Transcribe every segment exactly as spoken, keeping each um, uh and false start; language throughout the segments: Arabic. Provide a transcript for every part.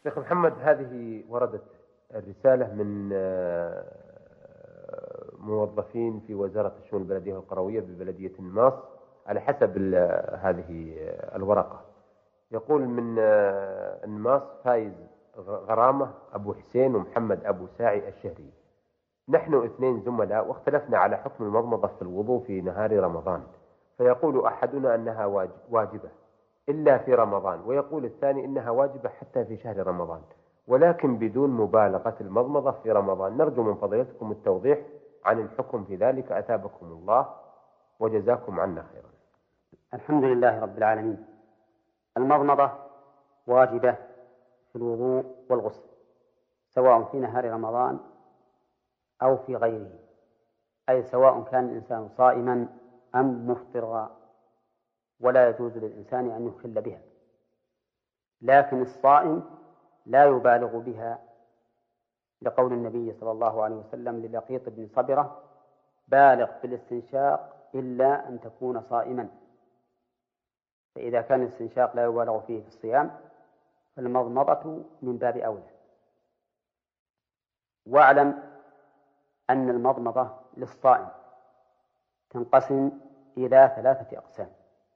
شيخ محمد، هذه وردت الرسالة من موظفين في وزارة الشؤون البلدية والقروية ببلدية النماص على حسب هذه الورقة. يقول من النماص: فايز غرامة أبو حسين ومحمد أبو ساعي الشهري. نحن اثنين زملاء واختلفنا على حكم المضمضة في الوضوء في نهار رمضان، فيقول أحدنا أنها واجبة إلا في رمضان، ويقول الثاني إنها واجبة حتى في شهر رمضان، ولكن بدون مبالغة المضمضة في رمضان. نرجو من فضيلتكم التوضيح عن الحكم في ذلك، أثابكم الله وجزاكم عنا خيرا. الحمد لله رب العالمين. المضمضة واجبة في الوضوء والغسل، سواء في نهار رمضان أو في غيره، أي سواء كان الإنسان صائما أم مفطرا، ولا يجوز للإنسان أن يخل بها. لكن الصائم لا يبالغ بها، لقول النبي صلى الله عليه وسلم للقيط بن صبرة: بالغ في الاستنشاق إلا أن تكون صائما. فإذا كان الاستنشاق لا يبالغ فيه في الصيام فالمضمضة من باب أولى. واعلم أن المضمضة للصائم تنقسم إلى ثلاثة أقسام: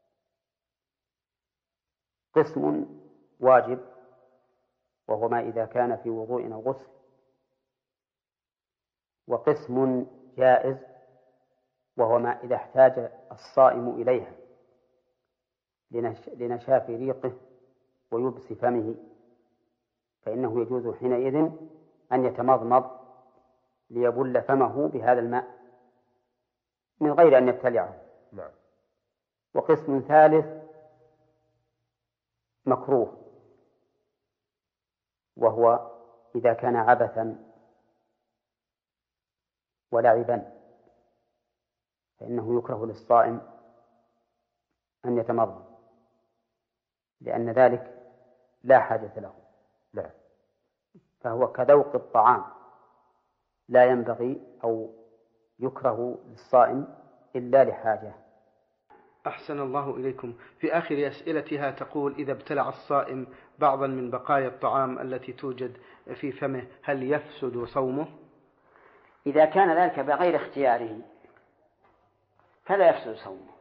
قسم واجب وهو ما إذا كان في وضوء أو غسل، وقسم جائز وهو ما إذا احتاج الصائم إليها لنشاف ريقه ويبس فمه، فإنه يجوز حينئذ أن يتمضمض ليبل فمه بهذا الماء من غير أن يبتلعه. نعم. وقسم ثالث مكروه، وهو إذا كان عبثا ولعبا، فإنه يكره للصائم أن يتمضمض، لأن ذلك لا حاجة له. نعم. فهو كذوق الطعام، لا ينبغي أو يكره للصائم إلا لحاجة. أحسن الله إليكم. في آخر أسئلتها تقول: إذا ابتلع الصائم بعضا من بقايا الطعام التي توجد في فمه هل يفسد صومه؟ إذا كان ذلك بغير اختياره فلا يفسد صومه،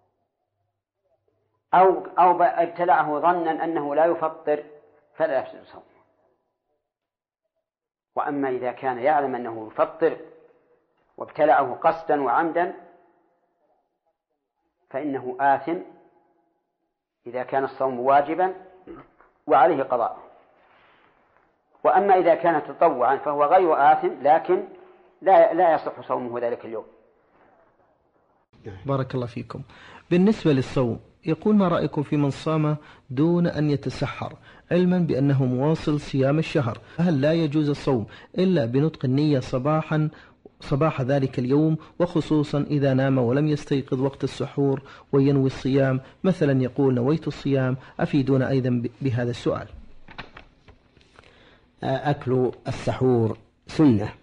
أو أو ابتلعه ظنا أنه لا يفطر فلا يفسد صومه. وأما إذا كان يعلم أنه يفطر وابتلعه قصدا وعمدا فإنه آثم إذا كان الصوم واجبا وعليه قضاء. وأما إذا كان تطوعا فهو غير آثم، لكن لا لا يصح صومه ذلك اليوم. بارك الله فيكم. بالنسبة للصوم، يقول: ما رأيكم في من صام دون أن يتسحر علما بأنه مواصل صيام الشهر؟ هل لا يجوز الصوم إلا بنطق النية صباحا صباح ذلك اليوم، وخصوصا إذا نام ولم يستيقظ وقت السحور وينوي الصيام؟ مثلا يقول: نويت الصيام. أفيدونا أيضا بهذا السؤال. أكل السحور سنة،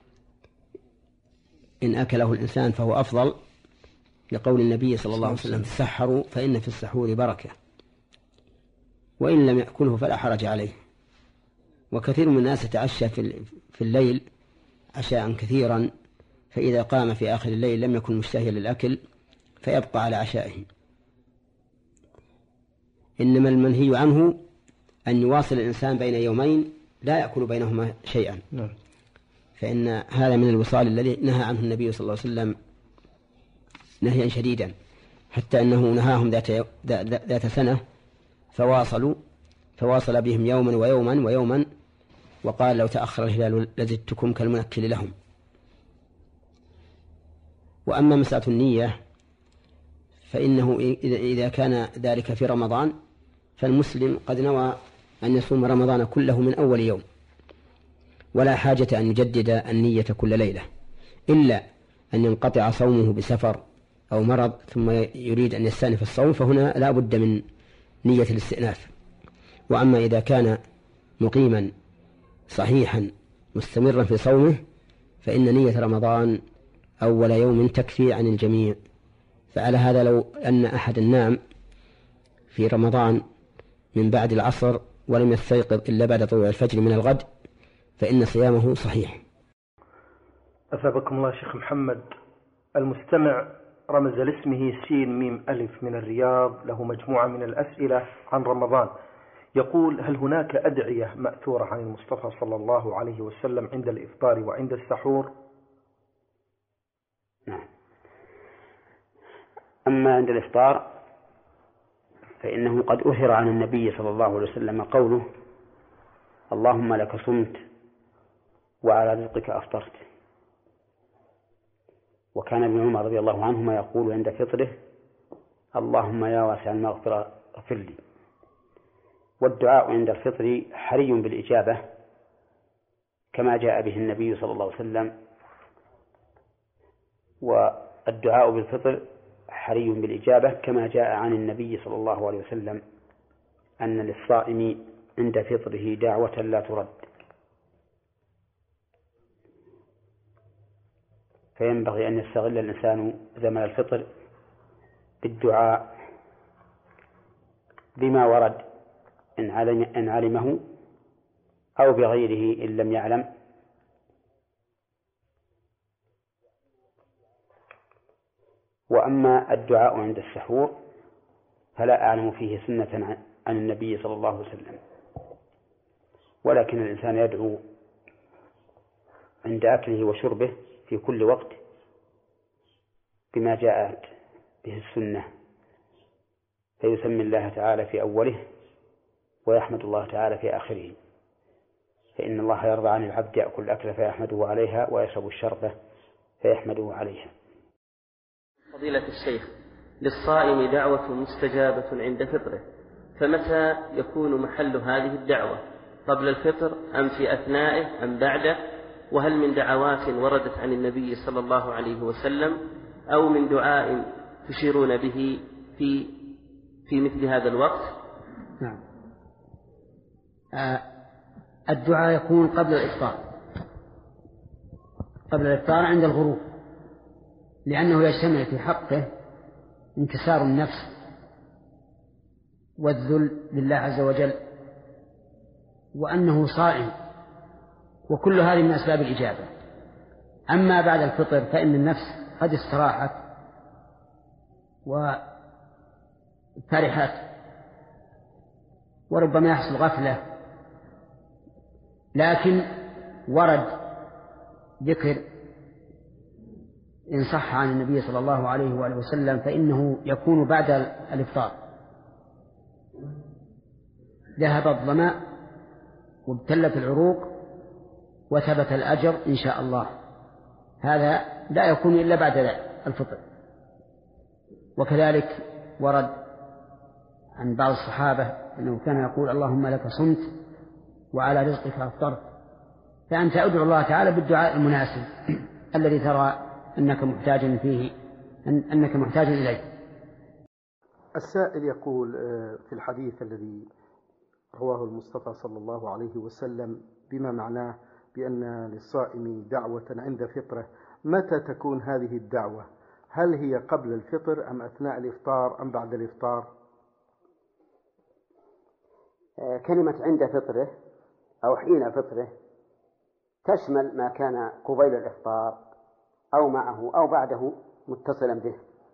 إن أكله الإنسان فهو أفضل، لقول النبي صلى الله عليه وسلم: تسحروا فإن في السحور بركة، وإن لم يأكله فلا حرج عليه. وكثير من الناس يتعشى في الليل عشاء كثيرا، فإذا قام في آخر الليل لم يكن مشتهيا للأكل فيبقى على عشائه. إنما المنهي عنه أن يواصل الإنسان بين يومين لا يأكل بينهما شيئا، فإن هذا من الوصال الذي نهى عنه النبي صلى الله عليه وسلم نهيا شديدا، حتى أنه نهاهم ذات, ذات سنة فواصلوا فواصل بهم يوما ويوما ويوما، وقال: لو تأخر الهلال لزدتكم كالمنكل لهم. وأما مسألة النية فإنه إذا كان ذلك في رمضان فالمسلم قد نوى أن يصوم رمضان كله من أول يوم، ولا حاجة أن يجدد النية كل ليلة، إلا أن ينقطع صومه بسفر أو مرض ثم يريد أن يستأنف الصوم، فهنا لا بد من نية الاستئناف. وأما إذا كان مقيما صحيحا مستمرا في صومه فإن نية رمضان أول يوم تكفي عن الجميع. فعلى هذا لو أن أحد نام في رمضان من بعد العصر ولم يستيقظ إلا بعد طلوع الفجر من الغد فإن صيامه صحيح. أثابكم الله شيخ محمد. المستمع رمز لاسمه سين ميم ألف من الرياض، له مجموعة من الأسئلة عن رمضان. يقول: هل هناك أدعية مأثورة عن المصطفى صلى الله عليه وسلم عند الإفطار وعند السحور؟ نعم. أما عند الإفطار فإنه قد أثر عن النبي صلى الله عليه وسلم قوله: اللهم لك صمت وعلى رزقك أفطرت. وكان ابن عمر رضي الله عنهما يقول عند فطره: اللهم يا واسع المغفرة اغفر لي. والدعاء عند الفطر حري بالإجابة كما جاء به النبي صلى الله عليه وسلم. والدعاء بالفطر حري بالإجابة كما جاء عن النبي صلى الله عليه وسلم أن للصائم عند فطره دعوة لا ترد. فينبغي أن يستغل الإنسان زمن الفطر بالدعاء بما ورد إن علمه أو بغيره إن لم يعلم. وأما الدعاء عند السحور فلا أعلم فيه سنة عن النبي صلى الله عليه وسلم، ولكن الإنسان يدعو عند أكله وشربه في كل وقت بما جاءت به السنة، فيسمي الله تعالى في أوله ويحمد الله تعالى في آخره، فإن الله يرضى عن العبد يأكل الأكل فيحمده عليها ويشرب الشربة فيحمده عليها. فضيلة الشيخ، للصائم دعوة مستجابة عند فطره، فمتى يكون محل هذه الدعوة؟ قبل الفطر أم في أثنائه أم بعده؟ وهل من دعوات وردت عن النبي صلى الله عليه وسلم أو من دعاء تشيرون به في في مثل هذا الوقت؟ نعم. آه الدعاء يكون قبل الإفطار قبل الإفطار عند الغروب، لأنه يشتمل في حقه انكسار النفس والذل لله عز وجل، وأنه صائم، وكل هذه من أسباب الإجابة. أما بعد الفطر فإن النفس قد استراحت وفرحت وربما يحصل غفلة، لكن ورد ذكر إن صح عن النبي صلى الله عليه وآله وسلم فإنه يكون بعد الإفطار: ذهب الظمأ وابتلت العروق وثبت الأجر إن شاء الله. هذا لا يكون إلا بعد الفطر. وكذلك ورد عن بعض الصحابة أنه كان يقول: اللهم لك صمت وعلى رزقك أفطرت. فأنت أدعو الله تعالى بالدعاء المناسب الذي ترى أنك محتاج فيه أنك محتاج إليه. السائل يقول في الحديث الذي رواه المصطفى صلى الله عليه وسلم بما معناه بأن للصائم دعوة عند فطره، متى تكون هذه الدعوة؟ هل هي قبل الفطر أم أثناء الإفطار أم بعد الإفطار؟ كلمة عند فطره أو حين فطره تشمل ما كان قبيل الإفطار أو معه أو بعده متصلا به.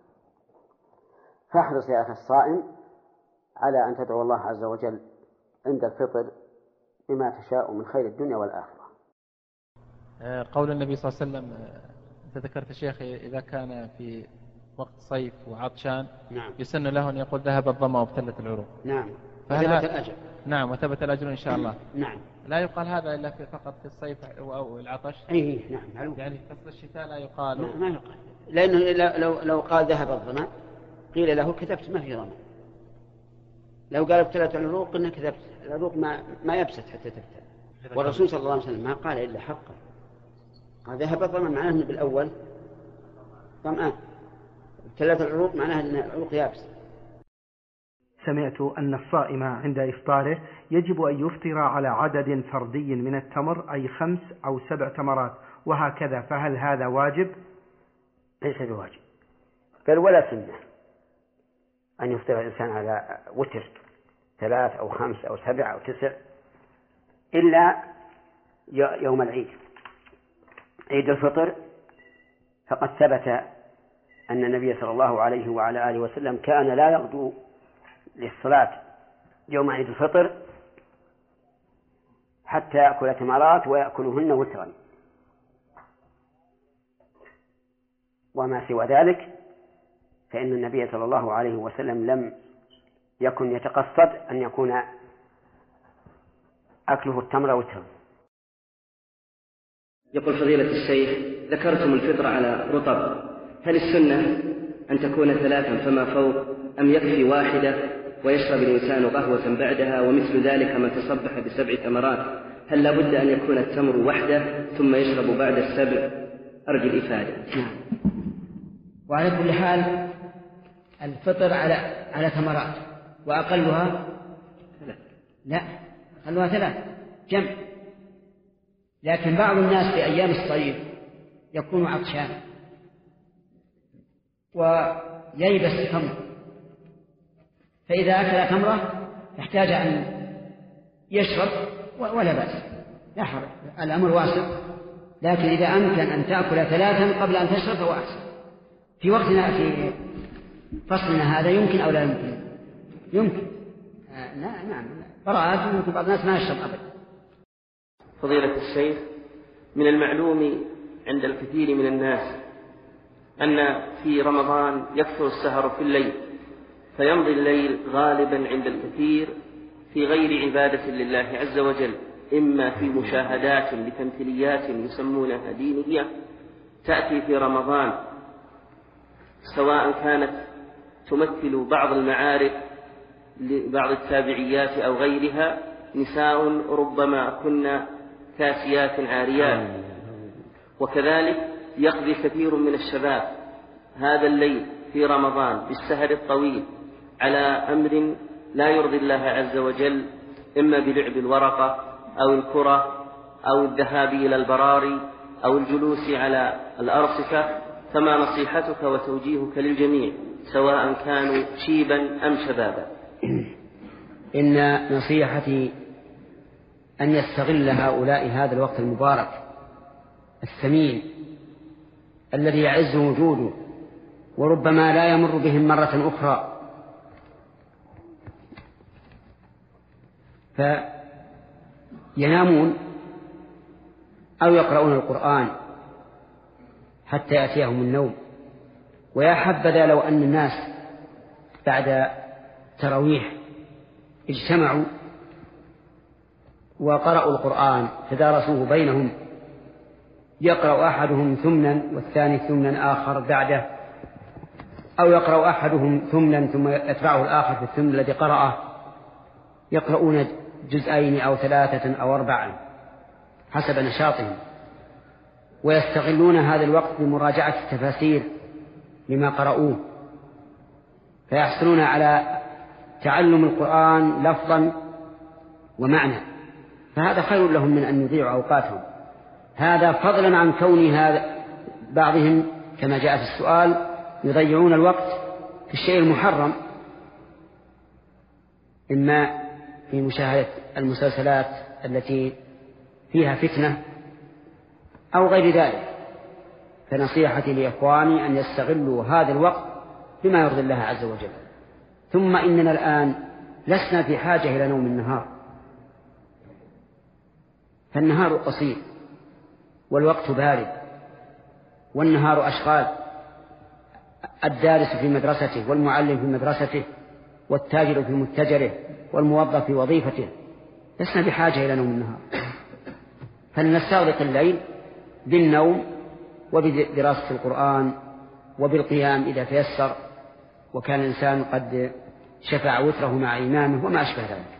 فاحرص يا أخي الصائم على أن تدعو الله عز وجل عند الفطر بما تشاء من خير الدنيا والآخرة. قول النبي صلى الله عليه وسلم، أنت ذكرت الشيخ إذا كان في وقت صيف وعطشان نعم. يسن له أن يقول ذهب الظمأ وابتلت العروق. نعم. وثبت الأجر. نعم، وثبت الأجر إن شاء الله. نعم. لا يقال هذا إلا في فقط في الصيف أو العطش. أي نعم. يعني في فصل الشتاء لا يقال. لا ما يقال، لأنه لو لو قال ذهب الظمأ قيل له كذبت ما في ظمأ. لو قال ابتلت العروق قلنا كذبت، العروق ما ما يبست حتى تبتل. والرسول صلى الله عليه وسلم ما قال إلا حقا، قال ذهب الظمأ معناه أنه بالأول ظمآن، ابتلت العروق معناه أن العروق يابس. سمعت أن الصائم عند إفطاره يجب أن يفطر على عدد فردي من التمر، أي خمس أو سبع تمرات وهكذا، فهل هذا واجب؟ ليس بواجب، بل ولا سنة أن يفطر الإنسان على وتر، ثلاث أو خمس أو سبع أو تسع إلا يوم العيد عيد الفطر، فقد ثبت أن النبي صلى الله عليه وعلى آله وسلم كان لا يغدو للصلاة يوم عيد الفطر حتى يأكل تمرات ويأكلهن وترا، وما سوى ذلك فإن النبي صلى الله عليه وسلم لم يكن يتقصد أن يكون أكله التمر وترا. يقول فضيلة الشيخ: ذكرتم الفطر على رطب، هل السنة أن تكون ثلاثا فما فوق أم يكفي واحدة ويشرب الإنسان قهوة بعدها؟ ومثل ذلك من تصبح بسبع تمرات، هل لا بد أن يكون التمر وحده ثم يشرب بعد السبع؟ أرجو الإفادة. نعم. وعلى كل حال الفطر على على تمرات، وأقلها لا أقلها ثلاث جمع، لكن بعض الناس في أيام الصيف يكون عطشان وييبس تمر، فإذا أكل تمرة يحتاج أن يشرب ولا بأس، لا حرج، الأمر واسع. لكن إذا أمكن أن تأكل ثلاثا قبل أن تشرب فهو أحسن. في وقتنا في فصلنا هذا يمكن أو لا يمكن؟ يمكن. آه نعم نعم براءات، يمكن بعض الناس ما يشرب أبدا. فضيلة الشيخ، من المعلوم عند الكثير من الناس أن في رمضان يكثر السهر في الليل، فيمضي الليل غالبا عند الكثير في غير عبادة لله عز وجل، إما في مشاهدات لتمثيليات يسمونها دينية تأتي في رمضان، سواء كانت تمثل بعض المعارك لبعض التابعيات أو غيرها، نساء ربما كن كاسيات عاريات. وكذلك يقضي كثير من الشباب هذا الليل في رمضان بالسهر الطويل على أمر لا يرضي الله عز وجل، إما بلعب الورقة أو الكرة أو الذهاب إلى البراري أو الجلوس على الأرصفة. فما نصيحتك وتوجيهك للجميع سواء كانوا شيبا أم شبابا؟ إن نصيحتي أن يستغل هؤلاء هذا الوقت المبارك الثمين الذي يعز وجوده وربما لا يمر بهم مرة أخرى، فينامون أو يقرؤون القرآن حتى يأتيهم النوم. ويا حبذا لو أن الناس بعد تراويح اجتمعوا وقرأوا القرآن تدارسوه بينهم، يقرأ أحدهم ثمنا والثاني ثمنا آخر بعده، أو يقرأ أحدهم ثمنا ثم يتبعه الآخر في الثمن الذي قرأه، يقرؤون جزئين أو ثلاثة أو أربعة حسب نشاطهم، ويستغلون هذا الوقت بمراجعة التفاسير لما قرأوه، فيحصلون على تعلم القرآن لفظا ومعنى، فهذا خير لهم من أن يضيعوا أوقاتهم. هذا فضلا عن كون هذا بعضهم كما جاء في السؤال يضيعون الوقت في الشيء المحرم، إما في مشاهدة المسلسلات التي فيها فتنة أو غير ذلك. فنصيحتي لإخواني أن يستغلوا هذا الوقت بما يرضي الله عز وجل. ثم إننا الآن لسنا في حاجة إلى نوم النهار، فالنهار قصير والوقت بارد والنهار أشغال، الدارس في مدرسته والمعلم في مدرسته والتاجر في متجره والموظف في وظيفته، لسنا بحاجة إلى نوم النهار. فلنستغرق الليل بالنوم وبدراسة القرآن وبالقيام إذا تيسر، وكان الإنسان قد شفع وتره مع إمامه وما أشبه ذلك.